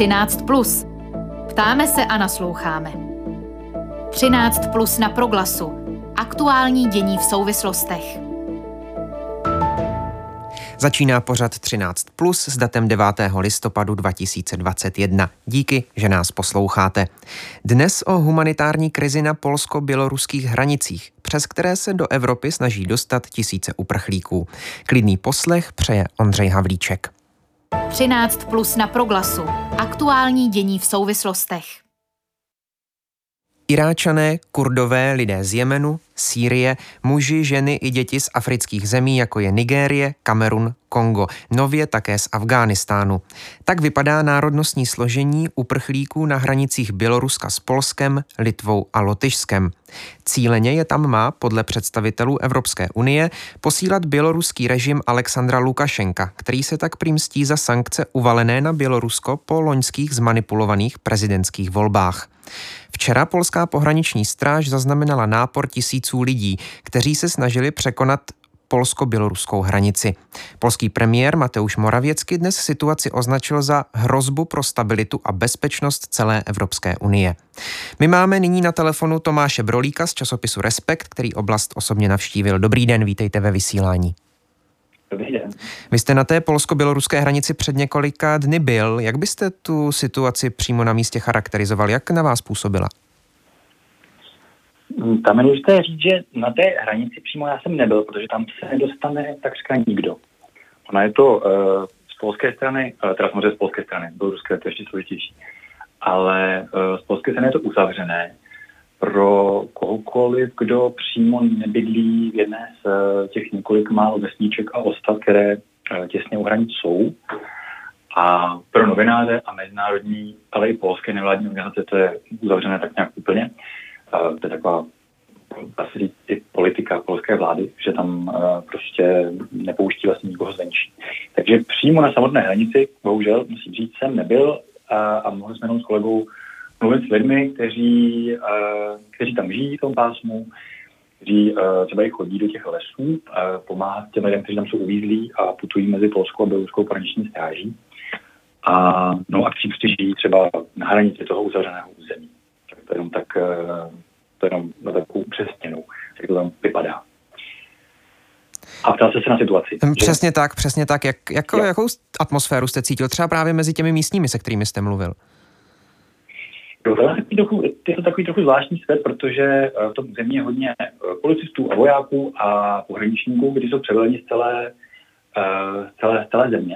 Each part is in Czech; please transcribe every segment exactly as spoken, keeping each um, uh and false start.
třináct plus. Ptáme se a nasloucháme. třináct plus na Proglasu. Aktuální dění v souvislostech. Začíná pořad třináct plus s datem devátého listopadu dva tisíce dvacet jedna. Díky, že nás posloucháte. Dnes o humanitární krizi na polsko-běloruských hranicích, přes které se do Evropy snaží dostat tisíce uprchlíků. Klidný poslech přeje Ondřej Havlíček. třináct plus na Proglasu. Aktuální dění v souvislostech. Iráčané, Kurdové, lidé z Jemenu, Sýrie, muži, ženy i děti z afrických zemí, jako je Nigérie, Kamerun, Kongo, nově také z Afghánistánu. Tak vypadá národnostní složení uprchlíků na hranicích Běloruska s Polskem, Litvou a Lotyšskem. Cíleně je tam má, podle představitelů Evropské unie, posílat běloruský režim Alexandra Lukašenka, který se tak prý mstí za sankce uvalené na Bělorusko po loňských zmanipulovaných prezidentských volbách. Včera polská pohraniční stráž zaznamenala nápor tisíců lidí, kteří se snažili překonat polsko-běloruskou hranici. Polský premiér Mateusz Morawiecki dnes situaci označil za hrozbu pro stabilitu a bezpečnost celé Evropské unie. My máme nyní na telefonu Tomáše Brolíka z časopisu Respekt, který oblast osobně navštívil. Dobrý den, vítejte ve vysílání. Dobrý den. Vy jste na té polsko-běloruské hranici před několika dny byl. Jak byste tu situaci přímo na místě charakterizoval? Jak na vás působila? Tam je důležité říct, že na té hranici přímo já jsem nebyl, protože tam se nedostane takřka nikdo. Ona je to uh, z polské strany, uh, teda samozřejmě z polské strany, běloruské to ještě složitější, ale uh, z polské strany je to uzavřené pro kohokoliv, kdo přímo nebydlí v jedné z uh, těch několik málo vesniček a osad, které uh, těsně u hranic jsou. A pro novináře a mezinárodní, ale i polské nevládní organizace to je uzavřené tak nějak úplně. Uh, to je taková asi říct i politika polské vlády, že tam uh, prostě nepouští vlastně nikoho zvenčí. Takže přímo na samotné hranici, bohužel, musím říct, jsem nebyl a, a mohli jsme jenom s kolegou mluvit s lidmi, kteří, uh, kteří tam žijí v tom pásmu, kteří uh, třeba i chodí do těch lesů, uh, pomáhat těm lidem, kteří tam jsou uvízlí a putují mezi polskou a běloruskou pohraniční stráží. A, no a kteří prostě žijí třeba na hranici toho uzavřeného území. Tak to jenom tak... Uh, to jenom na takovou přesněnou, jak to tam vypadá. A ptal se se na situaci. Přesně že? tak, přesně tak. Jak, jako, jakou atmosféru jste cítil třeba právě mezi těmi místními, se kterými jste mluvil? Jo, to je, trochu, je to takový trochu zvláštní svět, protože v tom zemi je hodně policistů a vojáků a pohraničníků, kteří jsou převeleni z celé, z celé, z celé země.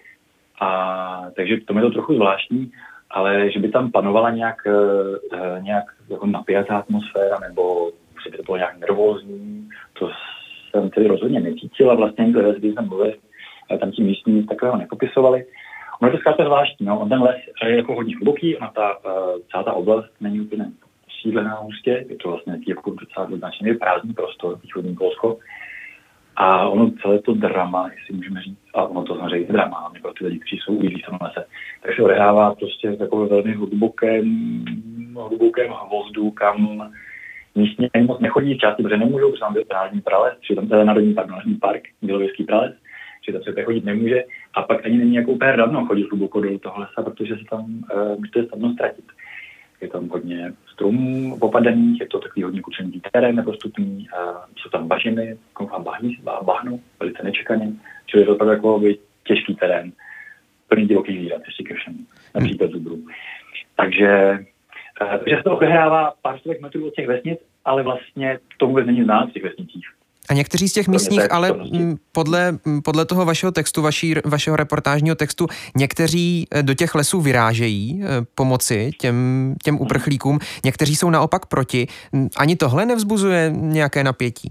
A takže to je to trochu zvláštní, ale že by tam panovala nějak, nějak jako napjatá atmosféra, nebo že by to bylo nějak nervózní, to jsem tedy rozhodně necítil a vlastně, když jsem mluvil, tam ti místní nic takového nepopisovali. Ono je to zkrátka zvláštní, no? On ten les je jako hodně hluboký, ona ta, celá ta oblast není úplně osídlená hustě, je to vlastně jako docela značně prázdný prostor, východní Polsko. A ono celé to drama, jestli můžeme říct, a ono to samozřejmě je drama, hlavně pro ty lidi, kteří jsou uvízlí v tom lese, takže se odehrává prostě v takové velmi hlubokém, hlubokém hvozdu, kam místně ani moc nechodí v části, protože nemůžou, protože tam byl národní prales, že tam je národní park, národní park, Bělověský prales, že tam se chodit nemůže a pak ani není jako úplně radno chodit hluboko do toho lesa, protože se tam uh, můžete snadno ztratit. Je tam hodně stromů popadaných, je to takový hodně kučenitý terén nepostupný, jsou tam bažiny, koukám bahní, bahnu, velice nečekaně, čili je to tak jako těžký terén, plný divokých zvířat, ještě ke všemu, například zubrů. Takže, takže se to odehrává pár stovek metrů od těch vesnic, ale vlastně to vůbec není znát v těch vesnicích. A někteří z těch místních, ale podle, podle toho vašeho textu, vaší, vašeho reportážního textu, někteří do těch lesů vyrážejí pomoci těm, těm uprchlíkům, někteří jsou naopak proti. Ani tohle nevzbuzuje nějaké napětí?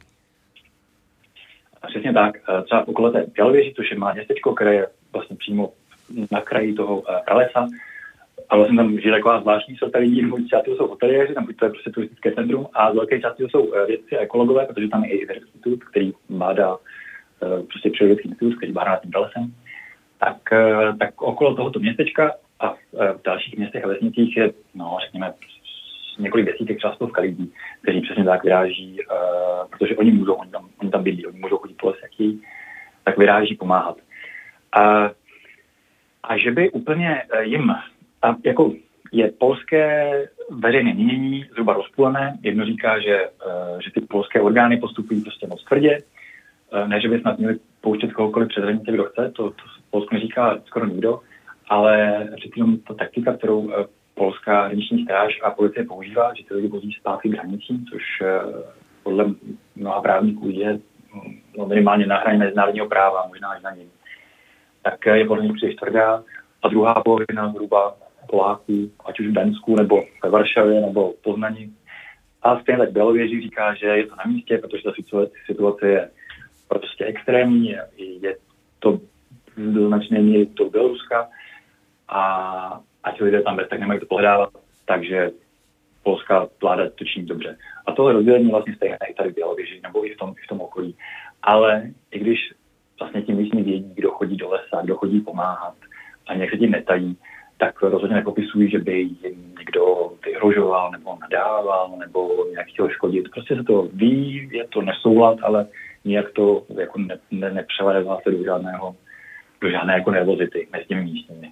Přesně tak. Třeba okolo té Bělověži, což je má městečko, které je vlastně přímo na kraji toho pralesa, a vlastně tam žije taková zvláštní sorta lidí, buď části jsou hoteliéři, tam buď to je prostě turistické centrum, a z velké části jsou vědci a ekologové, protože tam je i institut, který bádá prostě přírodovědský institut, který bádá nad tím pralesem. Tak, tak okolo tohoto městečka a v dalších městech a vesnicích je, no, řekněme, několik desítek, třeba stovka lidí, kteří přesně tak vyráží, protože oni můžou, oni tam, oni tam bydlí, oni můžou chodit po lesech, tak vyráží pomáhat. A, a že by úplně jim A jako je polské veřejné mínění zhruba rozpůlené. Jedno říká, že, že ty polské orgány postupují prostě moc tvrdě, ne, že by snad měli pouštět kohokoliv přes hranice, kdo chce, to, to Polsko neříká skoro nikdo, ale jenom ta taktika, kterou polská hraniční stráž a policie používá, že ty lidi vozí zpátky k hranicím, což podle mnoha právníků je no, minimálně na hraně mezinárodního práva, možná až na něm, tak je podle nich příliš tvrdá. A druhá polovina zhruba Poláků, ať už v Daňsku, nebo ve Varšavě, nebo v Poznani. A stejně tak Bělověží říká, že je to na místě, protože ta situace je prostě extrémní, je to do značné míry do Běloruska a, a ti lidé tam bez tak nemají to pohledávat, takže polská vláda to činí dobře. A tohle rozdělení vlastně stejné i tady v Bělověži, nebo i v tom, i v tom okolí. Ale i když vlastně ti místní vědí, kdo chodí do lesa, kdo chodí pomáhat a nějak se tím netají, tak rozhodně nepopisují, že by jim někdo vyhrožoval nebo nadával nebo nějak chtěl škodit. Prostě se to ví, je to nesoulad, ale nijak to jako ne, ne, nepřelévá se do žádného, do žádné jako nervozity mezi těmi místními.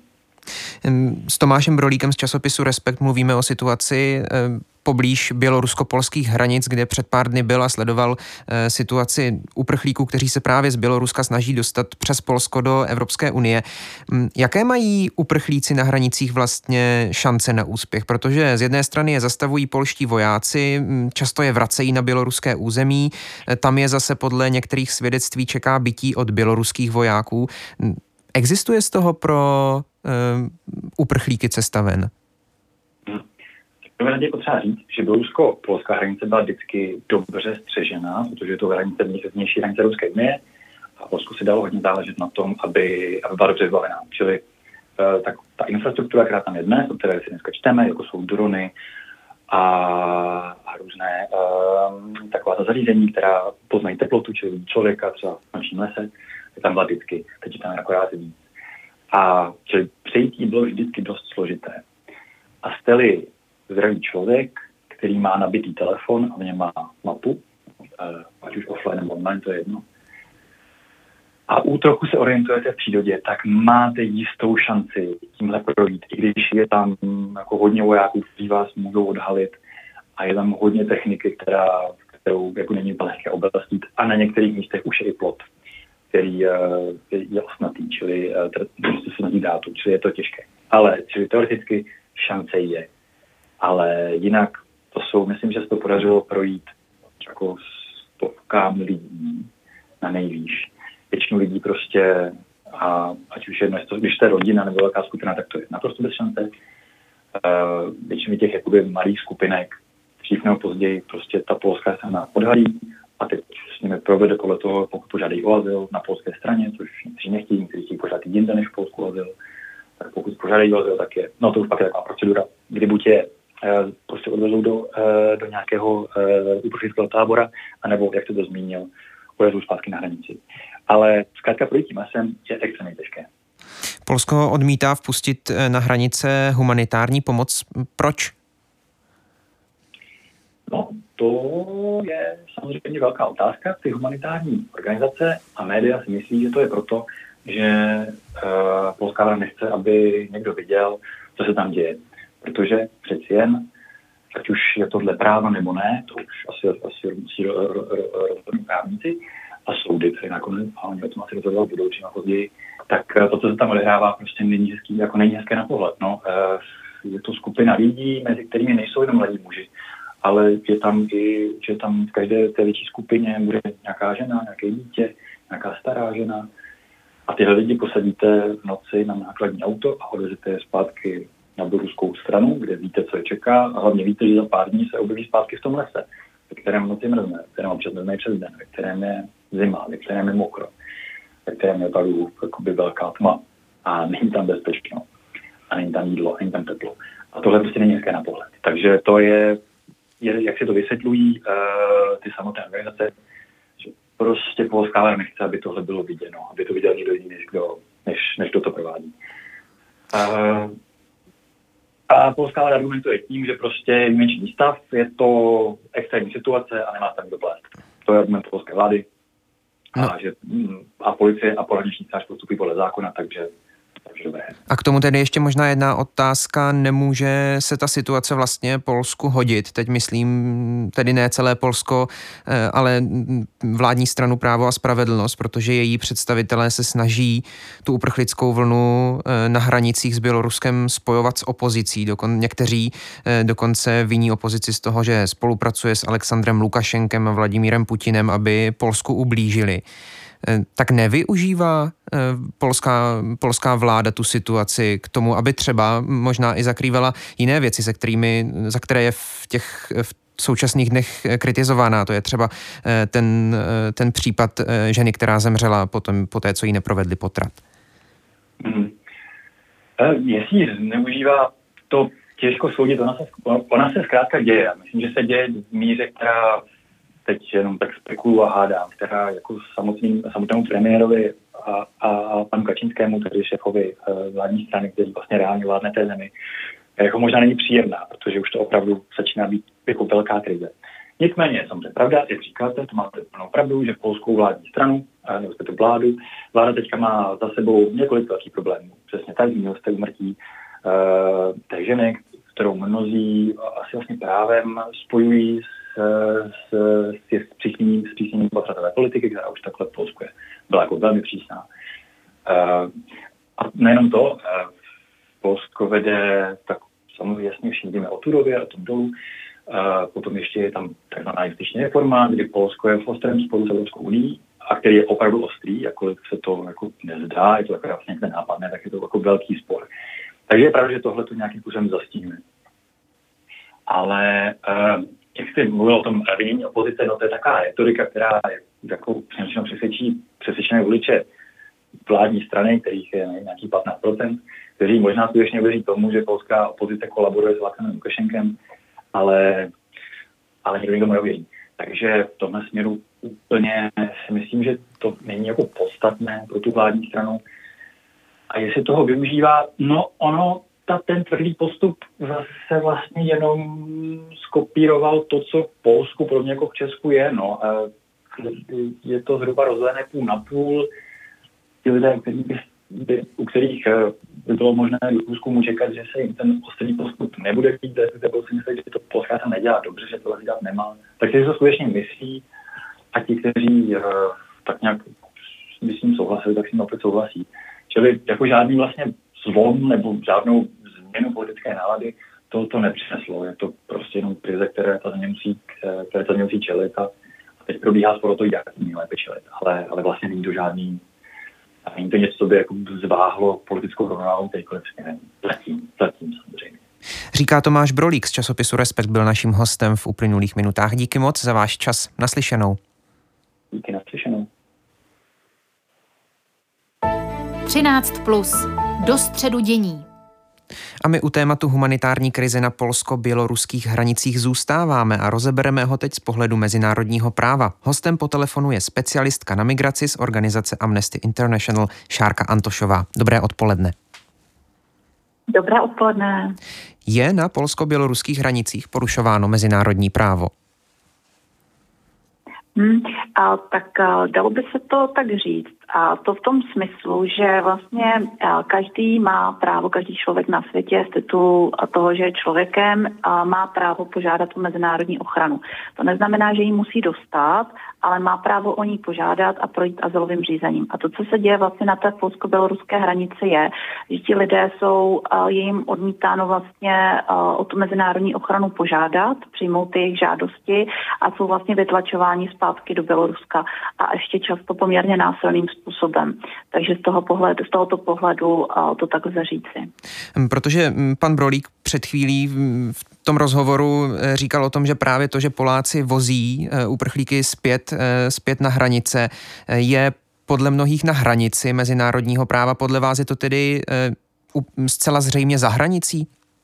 S Tomášem Brolíkem z časopisu Respekt mluvíme o situaci poblíž bělorusko-polských hranic, kde před pár dny byl a sledoval situaci uprchlíků, kteří se právě z Běloruska snaží dostat přes Polsko do Evropské unie. Jaké mají uprchlíci na hranicích vlastně šance na úspěch? Protože z jedné strany je zastavují polští vojáci, často je vracejí na běloruské území, tam je zase podle některých svědectví čeká bití od běloruských vojáků. Existuje z toho pro uh, uprchlíky cesta ven? Hmm. Prvé je potřeba říct, že bělorusko-polská hranice byla vždycky dobře střežená, protože je to hranice vnější hranice Ruské unie a Polsku si dalo hodně záležet na tom, aby, aby byla dobře vybavená. Čili uh, tak, ta infrastruktura, která tam je dnes, o které si dneska čteme, jako jsou drony a, a různé uh, taková ta zařízení, která poznají teplotu, čili člověka třeba v nočním lese, tam byla vždycky, teď je tam akorát víc. A čili přejítí bylo vždycky dost složité. A jste-li zdravý člověk, který má nabitý telefon a v něm má mapu, ať už offline nebo online, to je jedno, a u trochu se orientujete v přírodě, tak máte jistou šanci tímhle projít, i když je tam jako hodně vojáků, kteří vás můžou odhalit a je tam hodně techniky, která, kterou jako není úplně lehké oblastit a na některých místech už je i plot, který je osnatý, čili prostě se nadí dátu, čili je to těžké. Ale čili teoreticky šance je. Ale jinak to jsou, myslím, že se to podařilo projít jako stovkám lidí na nejvýš. Většinu lidí prostě, a ať už jedno, když to je rodina nebo velká skupina, tak to je naprosto bez šance. Většinu těch jakoby malých skupinek dřív nebo později prostě ta polská strana odhalí a teď s nimi provede podle toho, pokud požádají o azyl na polské straně, což někteří nechtějí, někteří chtějí požádat jinde než v Polsku azyl. Tak pokud požádají o azyl, tak je, no to už pak je taková procedura, kdy buď je eh, prostě odvezou do, eh, do nějakého eh, uprchlického tábora, anebo, jak se to zmínil, odvezou zpátky na hranici. Ale zkrátka projít tím masem je extrémně těžké. Polsko odmítá vpustit na hranice humanitární pomoc. Proč? No, to je samozřejmě velká otázka. Ty humanitární organizace a média si myslí, že to je proto, že uh, polská vláda nechce, aby někdo viděl, co se tam děje. Protože přeci jen, ať už je tohle práva nebo ne, to už asi, asi musí rozhodnout právníci a soudy, které nakonec, a oni o tom asi rozhodovat budou čím a později, tak to, co se tam odehrává, prostě není hezký, jako není hezké na pohled. No. Uh, je to skupina lidí, mezi kterými nejsou jenom mladí muži, ale je tam i, že tam v každé té větší skupině bude nějaká žena, nějaké dítě, nějaká stará žena. A tyhle lidi posadíte v noci na nákladní auto a odvezete je zpátky na běloruskou stranu, kde víte, co je čeká a hlavně víte, že za pár dní se objeví zpátky v tom lese, ve kterém noci mrzne, ve kterém občas mrzne přes den, ve kterém je zima, ve kterém je mokro, ve kterém je opravdu jakoby velká tma a není tam bezpečno a není tam jídlo, není tam teplo. A tohle prostě není hezké na pohled. Takže to je Je, jak si to vysvětlují uh, ty samotné organizace, že prostě polská vláda nechce, aby tohle bylo viděno, aby to viděl někdo jiný, než kdo, než, než kdo to provádí. Uh, a polská vláda argumentuje tím, že prostě je výjimečný stav, je to extrémní situace a nemá tam kdo plést. To je argument polské vlády. No. A, že, a policie a pohraniční stráž postupují podle zákona, takže Takže dobré. A k tomu tedy ještě možná jedna otázka. Nemůže se ta situace vlastně Polsku hodit? Teď myslím tedy ne celé Polsko, ale vládní stranu Právo a spravedlnost, protože její představitelé se snaží tu uprchlickou vlnu na hranicích s Běloruskem spojovat s opozicí. Dokon, někteří dokonce viní opozici z toho, že spolupracuje s Alexandrem Lukašenkem a Vladimírem Putinem, aby Polsku ublížili. Tak nevyužívá polská, polská vláda tu situaci k tomu, aby třeba možná i zakrývala jiné věci, se kterými, za které je v těch v současných dnech kritizována. To je třeba ten, ten případ ženy, která zemřela potom, po té, co jí neprovedli potrat. Hmm. Jestli neužívá, to těžko soudit, ona se, ona se zkrátka děje. Myslím, že se děje v míře, která teď jenom tak spekuluju a hádám, která jako samotným, samotnému premiérovi a, a, a panu Kačinskému, tedy šéfovi e, vládní strany, který vlastně reálně vládne té zemi, jako možná není příjemná, protože už to opravdu začíná být jako velká krize. Nicméně, samozřejmě pravda, jak říkáte, to máte plnou pravdu, že polskou vládní stranu, nebo tu vládu, vláda teďka má za sebou několik velkých problémů. Přesně tak, zmínil jste úmrtí e, té ženy, kterou mnozí asi vlastně právem spojují s s, s přísněním potratové politiky, která už takhle v Polsku je, byla jako velmi přísná. A nejenom to, Polsko vede, tak samozřejmě jasně všichni víme o Turově a tom dolu, potom ještě je tam takzvaná justiční reforma, kdy Polsko je v ostrém sporu s Evropskou unií, a který je opravdu ostrý, jakkoliv se to jako nezdá, je to jako vlastně nenápadné, tak je to jako velký spor. Takže je pravda, že tohle to nějakým způsobem zastínuje. Ale jak jste mluvil o tom vinění opozice, no to je taková retorika, která je jako přesvědčí přesvědčené voliče vládní strany, kterých je nějaký patnáct procent, kteří možná skutečně věří tomu, že polská opozice kolaboruje s Alexandrem Lukašenkem, ale, ale nikdo nikdo nevěří. Takže v tomhle směru úplně si myslím, že to není jako podstatné pro tu vládní stranu. A jestli toho využívá, no ono, ta, ten tvrdý postup zase vlastně jenom skopíroval to, co v Polsku, podobně jako v Česku je. No. A je to zhruba rozdělené půl na půl. Ti lidé, který by, by, u kterých by bylo možné do průzkumu čekat, že se jim ten ostrý postup nebude chtít, nebo si myslí, že to Polská tam nedělá dobře, že to dělat nemá. Tak si to skutečně myslí a ti, kteří uh, tak nějak s tím souhlasili, tak s tím opět souhlasí. Čili jako žádný vlastně zvon nebo žádnou změnu politické nálady to, to nepřineslo. Je to prostě jenom krize, které ta země musí, které ta země musí čelit a teď probíhá sporo to, jak nejlépe čelit. Ale, ale vlastně není to žádný, není to něco, co by jako zváhlo politickou rovnováhu teďkoliv zatím, zatím samozřejmě. Říká Tomáš Brolík z časopisu Respekt, byl naším hostem v uplynulých minutách. Díky moc za váš čas. Naslyšenou. Díky, naslyšenou. třináct plus. Do středu dění. A my u tématu humanitární krize na polsko-běloruských hranicích zůstáváme a rozebereme ho teď z pohledu mezinárodního práva. Hostem po telefonu je specialistka na migraci z organizace Amnesty International Šárka Antošová. Dobré odpoledne. Dobré odpoledne. Je na polsko-běloruských hranicích porušováno mezinárodní právo? Hmm, a, tak a, dalo by se to tak říct. A to v tom smyslu, že vlastně a, každý má právo, každý člověk na světě z titulu toho, že je člověkem, a má právo požádat o mezinárodní ochranu. To neznamená, že ji musí dostat, ale má právo o ní požádat a projít azylovým řízením. A to, co se děje vlastně na té polsko-běloruské hranici, je, že ti lidé jsou, je jim odmítáno vlastně o tu mezinárodní ochranu požádat, přijmout jejich žádosti a jsou vlastně vytlačováni zpátky do Běloruska a ještě často poměrně násilným způsobem. Takže z toho pohledu, z tohoto pohledu to tak lze říci. Protože pan Brolík před chvílí v tom rozhovoru říkal o tom, že právě to, že Poláci vozí uprchlíky zpět, zpět na hranice, je podle mnohých na hranici mezinárodního práva. Podle vás je to tedy zcela zřejmě za hranicí?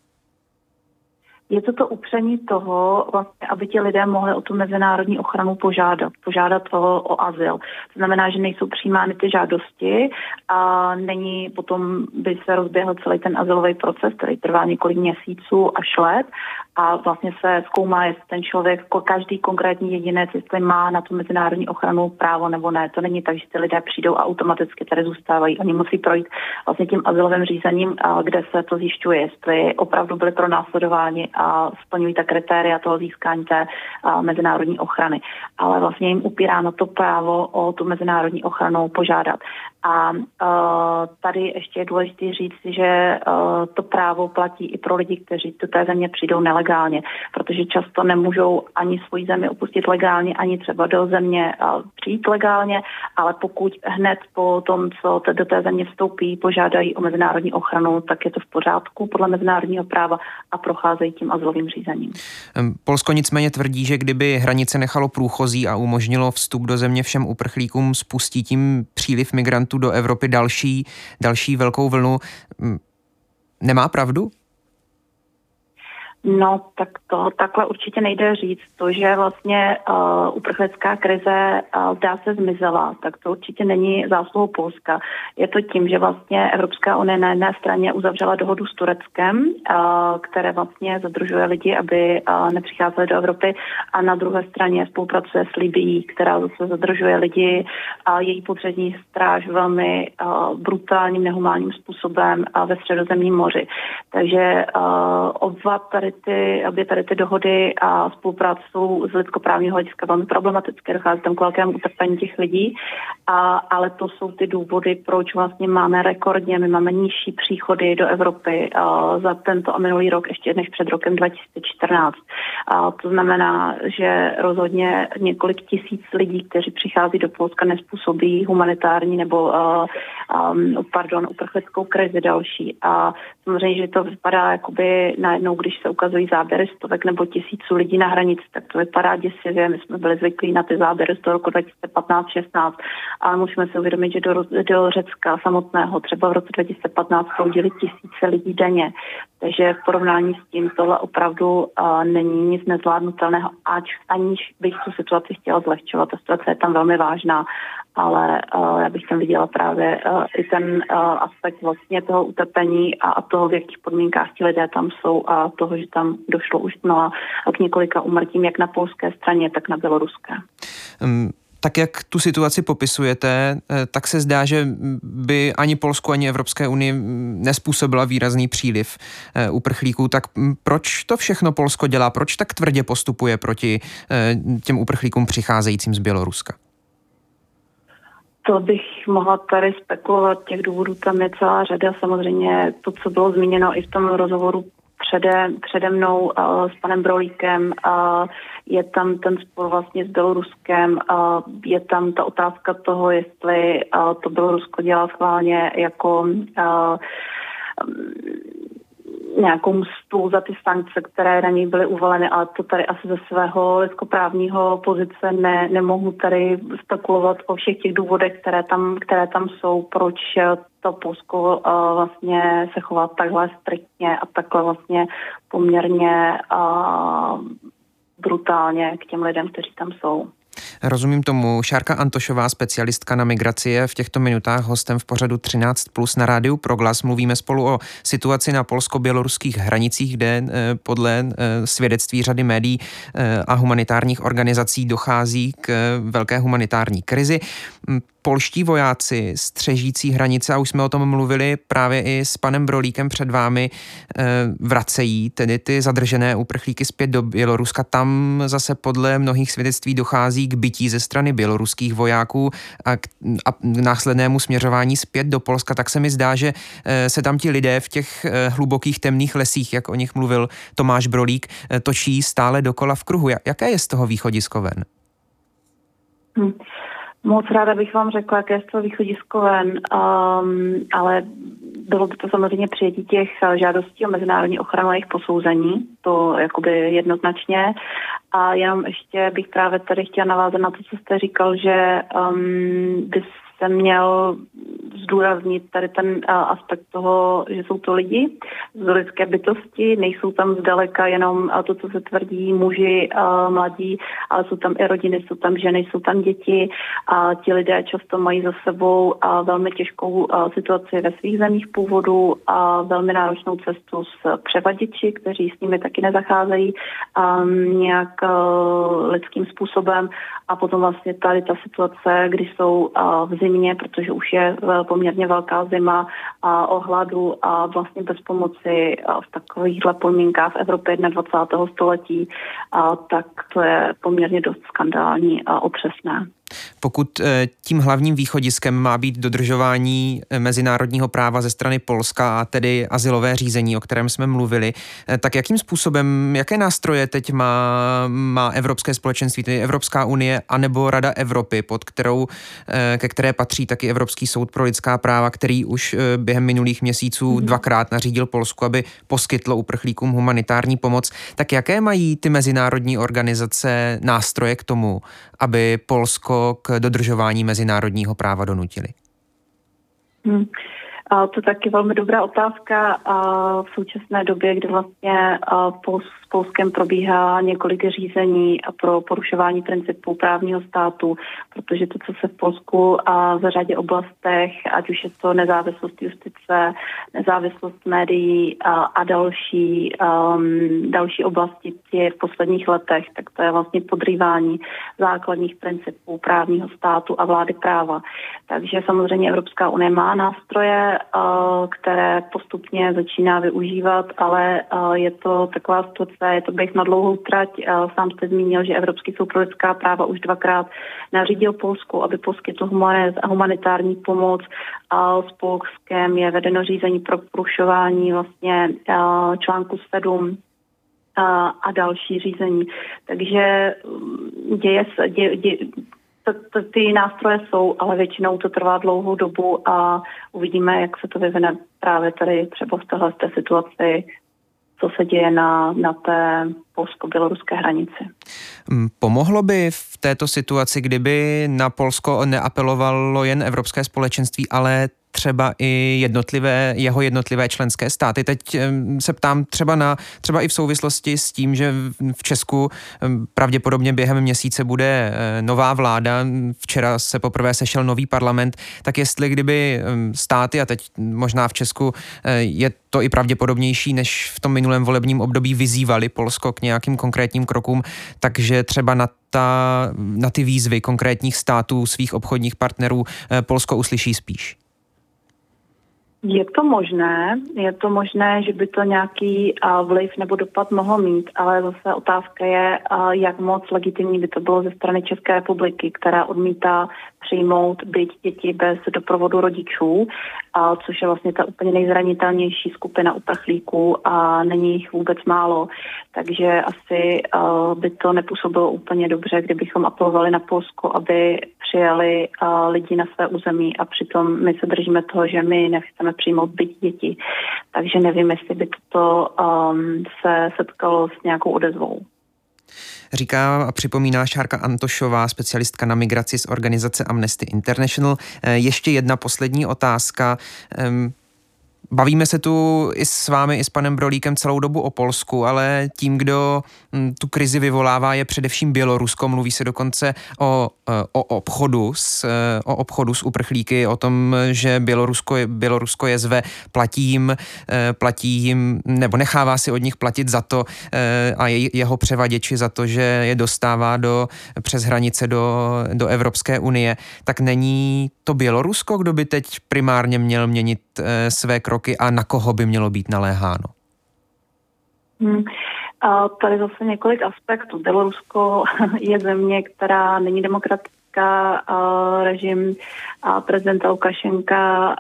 Je to to upření toho, vlastně, aby ti lidé mohli o tu mezinárodní ochranu požádat, požádat toho o azyl. To znamená, že nejsou přijímány ty žádosti a není, potom by se rozběhl celý ten azylový proces, který trvá několik měsíců až let a vlastně se zkoumá, jestli ten člověk, každý konkrétní jedinec, jestli má na tu mezinárodní ochranu právo nebo ne. To není tak, že ty lidé přijdou a automaticky tady zůstávají. Oni musí projít vlastně tím azylovým řízením, kde se to zjišťuje, jestli opravdu byli pronásledováni a splňují ta kritéria toho získání té mezinárodní ochrany. Ale vlastně jim upíráno to právo o tu mezinárodní ochranu požádat. A uh, tady ještě je důležité říct, že uh, to právo platí i pro lidi, kteří do té země přijdou nelegálně, protože často nemůžou ani svoji zemi opustit legálně, ani třeba do země uh, přijít legálně, ale pokud hned po tom, co do té země vstoupí, požádají o mezinárodní ochranu, tak je to v pořádku podle mezinárodního práva a procházejí tím azylovým řízením. Polsko nicméně tvrdí, že kdyby hranice nechalo průchozí a umožnilo vstup do země všem uprchlíkům, spustí tím příliv migrantů do Evropy další, další velkou vlnu. Nemá pravdu? No, tak to takhle určitě nejde říct. To, že vlastně uh, uprchlická krize uh, zdá se zmizela, tak to určitě není zásluhou Polska. Je to tím, že vlastně Evropská unie na jedné straně uzavřela dohodu s Tureckem, uh, které vlastně zadržuje lidi, aby uh, nepřicházeli do Evropy, a na druhé straně spolupracuje s Libyí, která zase zadržuje lidi a její pobřežní stráž velmi uh, brutálním, nehumánním způsobem uh, ve Středozemním moři. Takže uh, oba tady ty, aby tady ty dohody a spolupráce jsou z lidskoprávního hlediska velmi problematické, dochází tam k velkému utrpení těch lidí, a, ale to jsou ty důvody, proč vlastně máme rekordně, my máme nižší příchody do Evropy a, za tento a minulý rok ještě než před rokem dva tisíce čtrnáct. A to znamená, že rozhodně několik tisíc lidí, kteří přichází do Polska, nezpůsobí humanitární nebo a, a, pardon, uprchlickou krizi další. A samozřejmě, že to vypadá jakoby najednou, když se ukazují záběry stovek nebo tisíců lidí na hranici, tak to vypadá děsivě. My jsme byli zvyklí na ty záběry z toho roku dva tisíce patnáct šestnáct, ale musíme si uvědomit, že do, do Řecka samotného třeba v roce dva tisíce patnáct proudili tisíce lidí denně. Takže v porovnání s tím tohle opravdu uh, není nic nezvládnutelného, ač aniž bych tu situaci chtěla zlehčovat. Ta situace je tam velmi vážná, ale uh, já bych tam viděla právě uh, i ten uh, aspekt vlastně toho utrpení a, a toho, v jakých podmínkách ti lidé tam jsou, a toho, že tam došlo už no, k několika úmrtím, jak na polské straně, tak na běloruské. Um. Tak jak tu situaci popisujete, tak se zdá, že by ani Polsku, ani Evropské unii nezpůsobila výrazný příliv uprchlíků. Tak proč to všechno Polsko dělá? Proč tak tvrdě postupuje proti těm uprchlíkům přicházejícím z Běloruska? To bych mohla tady spekulovat, těch důvodů tam je celá řada. Samozřejmě to, co bylo zmíněno i v tom rozhovoru Přede, přede mnou uh, s panem Brolíkem, uh, je tam ten spor vlastně s Běloruskem, uh, je tam ta otázka toho, jestli uh, to Bělorusko dělá schválně jako uh, nějakou mstu za ty sankce, které na něj byly uvaleny, ale to tady asi ze svého lidskoprávního pozice ne, nemohu tady spekulovat o všech těch důvodech, které tam, které tam jsou, proč to Polsko uh, vlastně se chová takhle striktně a takhle vlastně poměrně uh, brutálně k těm lidem, kteří tam jsou. Rozumím tomu. Šárka Antošová, specialistka na migraci, je v těchto minutách hostem v pořadu třináct plus na rádiu Proglas. Mluvíme spolu o situaci na polsko-běloruských hranicích, kde podle svědectví řady médií a humanitárních organizací dochází k velké humanitární krizi. Polští vojáci střežící hranice, a už jsme o tom mluvili právě i s panem Brolíkem před vámi, vracejí tedy ty zadržené uprchlíky zpět do Běloruska. Tam zase podle mnohých svědectví dochází k bytí ze strany běloruských vojáků a k a následnému směřování zpět do Polska. Tak se mi zdá, že se tam ti lidé v těch hlubokých temných lesích, jak o nich mluvil Tomáš Brolík, točí stále dokola v kruhu. Jaké je z toho východisko ven? Hmm. Moc ráda bych vám řekla, jaké je z toho východisko ven, um, ale bylo by to samozřejmě přijetí těch žádostí o mezinárodní ochranu a jejich posouzení, to jakoby jednoznačně. A jenom ještě bych právě tady chtěla navázat na to, co jste říkal, že um, by se měl zdůraznit tady ten aspekt toho, že jsou to lidi z lidské bytosti, nejsou tam zdaleka jenom to, co se tvrdí muži, mladí, ale jsou tam i rodiny, jsou tam ženy, jsou tam děti a ti lidé často mají za sebou velmi těžkou situaci ve svých zemích původu a velmi náročnou cestu s převaděči, kteří s nimi taky nezacházejí nějak lidským způsobem a potom vlastně tady ta situace, kdy jsou v zimě, protože už je poměrně velká zima a o hladu a vlastně bez pomoci v takovýchhle podmínkách v Evropě dvacátého prvního století, tak to je poměrně dost skandální a otřesné. Pokud tím hlavním východiskem má být dodržování mezinárodního práva ze strany Polska a tedy azylové řízení, o kterém jsme mluvili, tak jakým způsobem, jaké nástroje teď má, má Evropské společenství, tedy Evropská unie anebo Rada Evropy, pod kterou, ke které patří taky Evropský soud pro lidská práva, který už během minulých měsíců hmm. dvakrát nařídil Polsku, aby poskytlo uprchlíkům humanitární pomoc. Tak jaké mají ty mezinárodní organizace nástroje k tomu, aby Polsko k dodržování mezinárodního práva donutili? Hmm. A to je taky velmi dobrá otázka. A v současné době, kdy vlastně s Polskem probíhá několik řízení pro porušování principů právního státu, protože to, co se v Polsku a v řadě oblastech, ať už je to nezávislost justice, nezávislost médií a, a další, um, další oblasti tě v posledních letech, tak to je vlastně podrývání základních principů právního státu a vlády práva. Takže samozřejmě Evropská unie má nástroje, které postupně začíná využívat, ale je to taková situace, je to běh na dlouhou trať. Sám jste zmínil, že Evropský soud pro lidská práva už dvakrát nařídil Polsku, aby poskytl humanitární pomoc. S Polskem je vedeno řízení pro porušování vlastně článku sedm a další řízení. Takže děje se, děje, děje, ty nástroje jsou, ale většinou to trvá dlouhou dobu a uvidíme, jak se to vyvine právě tady třeba v téhle té situaci, co se děje na, na té polsko-běloruské hranici. Pomohlo by v této situaci, kdyby na Polsko neapelovalo jen Evropské společenství, ale třeba i jednotlivé, jeho jednotlivé členské státy. Teď se ptám třeba na, třeba i v souvislosti s tím, že v Česku pravděpodobně během měsíce bude nová vláda, včera se poprvé sešel nový parlament, tak jestli kdyby státy, a teď možná v Česku je to i pravděpodobnější, než v tom minulém volebním období vyzývali Polsko k nějakým konkrétním krokům, takže třeba na ta, na ty výzvy konkrétních států, svých obchodních partnerů Polsko uslyší spíš. Je to možné, je to možné, že by to nějaký uh, vliv nebo dopad mohlo mít, ale zase otázka je, uh, jak moc legitimní by to bylo ze strany České republiky, která odmítá přijmout byť děti bez doprovodu rodičů, uh, což je vlastně ta úplně nejzranitelnější skupina uprchlíků a není jich vůbec málo. Takže asi uh, by to nepůsobilo úplně dobře, kdybychom apelovali na Polsko, aby přijali uh, lidi na své území a přitom my se držíme toho, že my nechceme přijmout byť děti. Takže nevím, jestli by toto um, se setkalo s nějakou odezvou. Říká a připomíná Šárka Antošová, specialistka na migraci z organizace Amnesty International. Ještě jedna poslední otázka. Bavíme se tu i s vámi, i s panem Brolíkem celou dobu o Polsku, ale tím, kdo tu krizi vyvolává, je především Bělorusko. Mluví se dokonce o, o obchodu s, o obchodu s uprchlíky, o tom, že Bělorusko, Bělorusko je zve, platí jim, platí jim, nebo nechává si od nich platit za to a jeho převaděči za to, že je dostává do, přes hranice do, do Evropské unie. Tak není to Bělorusko, kdo by teď primárně měl měnit své kroky a na koho by mělo být naléháno? Hmm. A tady zase několik aspektů. Bělorusko je země, která není demokratická, režim prezidenta Lukašenka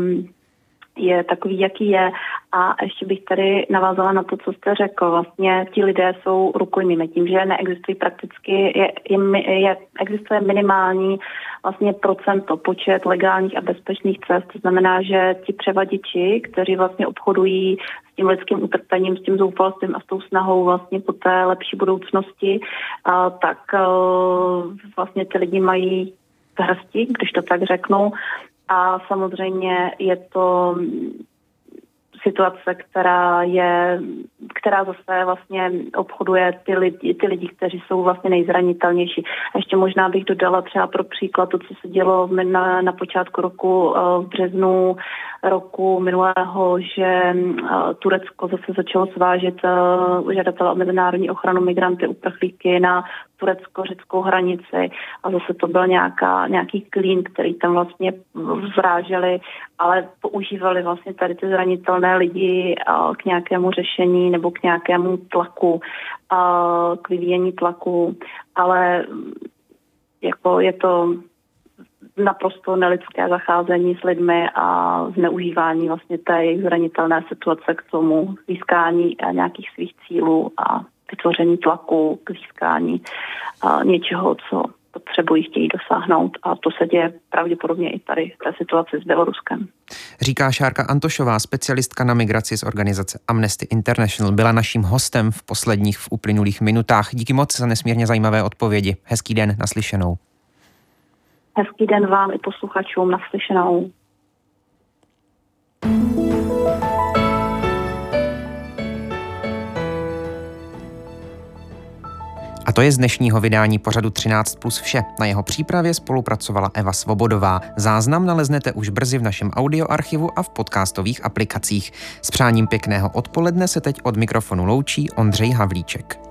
je takový, jaký je. A ještě bych tady navázala na to, co jste řekl. Vlastně ti lidé jsou rukojmími. Tím, že neexistují prakticky, je, je, je, existuje minimální vlastně procento, počet legálních a bezpečných cest. To znamená, že ti převaděči, kteří vlastně obchodují s tím lidským utrpením, s tím zoufalstvím a s tou snahou vlastně po té lepší budoucnosti, a, tak a, vlastně ty lidi mají v hrsti, když to tak řeknu. A samozřejmě je to situace, která je, která zase vlastně obchoduje ty lidi, ty lidi, kteří jsou vlastně nejzranitelnější. A ještě možná bych dodala třeba pro příklad to, co se dělo na, na počátku roku v březnu roku minulého, že Turecko zase začalo svážet žadatele o mezinárodní ochranu migranty, uprchlíky na turecko-řeckou hranici a zase to byl nějaká, nějaký klín, který tam vlastně vráželi, ale používali vlastně tady ty zranitelné lidi k nějakému řešení nebo k nějakému tlaku, k vyvíjení tlaku, ale jako je to naprosto nelidské zacházení s lidmi a zneužívání vlastně té jejich zranitelné situace k tomu získání nějakých svých cílů a vytvoření tlaku k získání něčeho, co potřebují, chtějí dosáhnout, a to se děje pravděpodobně i tady v té situaci s Běloruskem. Říká Šárka Antošová, specialistka na migraci z organizace Amnesty International. Byla naším hostem v posledních, v uplynulých minutách. Díky moc za nesmírně zajímavé odpovědi. Hezký den, naslyšenou. Hezký den vám i posluchačům, naslyšenou. A to je z dnešního vydání pořadu třináct plus vše. Na jeho přípravě spolupracovala Eva Svobodová. Záznam naleznete už brzy v našem audioarchivu a v podcastových aplikacích. S přáním pěkného odpoledne se teď od mikrofonu loučí Ondřej Havlíček.